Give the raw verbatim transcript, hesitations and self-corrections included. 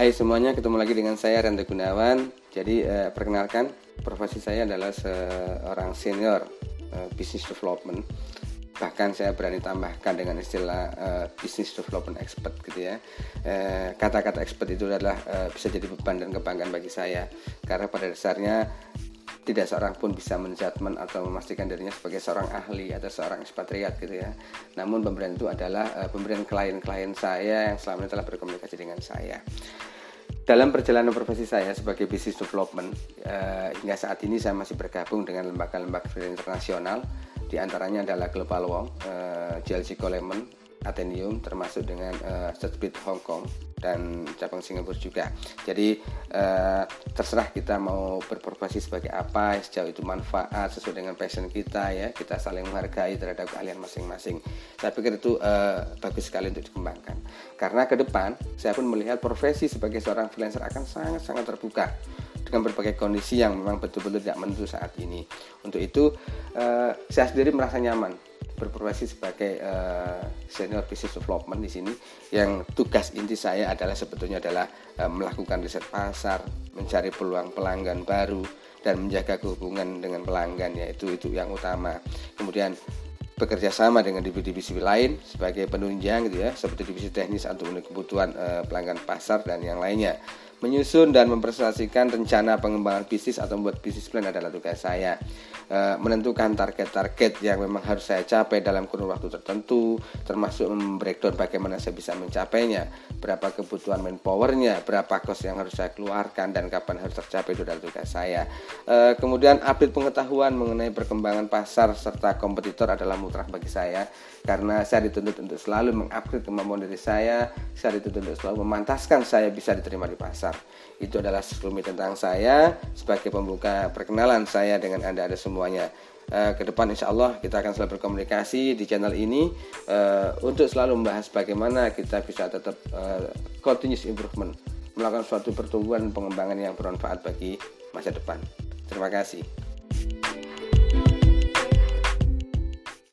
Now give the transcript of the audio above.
Hai semuanya, ketemu lagi dengan saya Randa Gunawan. Jadi eh, perkenalkan, profesi saya adalah seorang senior eh, business development. Bahkan saya berani tambahkan dengan istilah eh, business development expert gitu ya. Eh, kata-kata expert itu adalah eh, bisa jadi beban dan kebanggaan bagi saya, karena pada dasarnya tidak seorang pun bisa menjudgment atau memastikan dirinya sebagai seorang ahli atau seorang ekspatriat gitu ya. Namun pemberian itu adalah uh, pemberian klien-klien saya yang selama ini telah berkomunikasi dengan saya. Dalam perjalanan profesi saya sebagai business development, uh, hingga saat ini saya masih bergabung dengan lembaga-lembaga internasional. Di antaranya adalah Global Wong, uh, J L C Coleman, Atheneum, termasuk dengan uh, Searchbeat Hong Kong dan cabang Singapura juga. Jadi uh, terserah kita mau berprofesi sebagai apa, sejauh itu manfaat sesuai dengan passion kita ya, kita saling menghargai terhadap keahlian masing-masing. Saya pikir itu uh, bagus sekali untuk dikembangkan. Karena ke depan saya pun melihat profesi sebagai seorang freelancer akan sangat-sangat terbuka dengan berbagai kondisi yang memang betul-betul tidak menentu saat ini. Untuk itu uh, saya sendiri merasa nyaman berprofesi sebagai uh, senior business development di sini, yang tugas inti saya adalah sebetulnya adalah uh, melakukan riset pasar, mencari peluang pelanggan baru dan menjaga hubungan dengan pelanggan, yaitu itu yang utama. Kemudian bekerja sama dengan divisi-divisi lain sebagai penunjang gitu ya, seperti divisi teknis untuk memenuhi kebutuhan uh, pelanggan pasar dan yang lainnya. Menyusun dan mempresentasikan rencana pengembangan bisnis atau membuat bisnis plan adalah tugas saya. E, menentukan target-target yang memang harus saya capai dalam kurun waktu tertentu, termasuk membreakdown bagaimana saya bisa mencapainya, berapa kebutuhan manpowernya, berapa cost yang harus saya keluarkan, dan kapan harus tercapai, itu adalah tugas saya. E, kemudian update pengetahuan mengenai perkembangan pasar serta kompetitor adalah mutlak bagi saya, karena saya dituntut untuk selalu mengupgrade kemampuan diri saya, saya dituntut untuk selalu memantaskan saya bisa diterima di pasar. Itu adalah sekelumit tentang saya sebagai pembuka perkenalan saya dengan Anda-Anda semuanya. Uh, ke depan insya Allah kita akan selalu berkomunikasi di channel ini uh, untuk selalu membahas bagaimana kita bisa tetap uh, continuous improvement, melakukan suatu pertumbuhan dan pengembangan yang bermanfaat bagi masa depan. Terima kasih.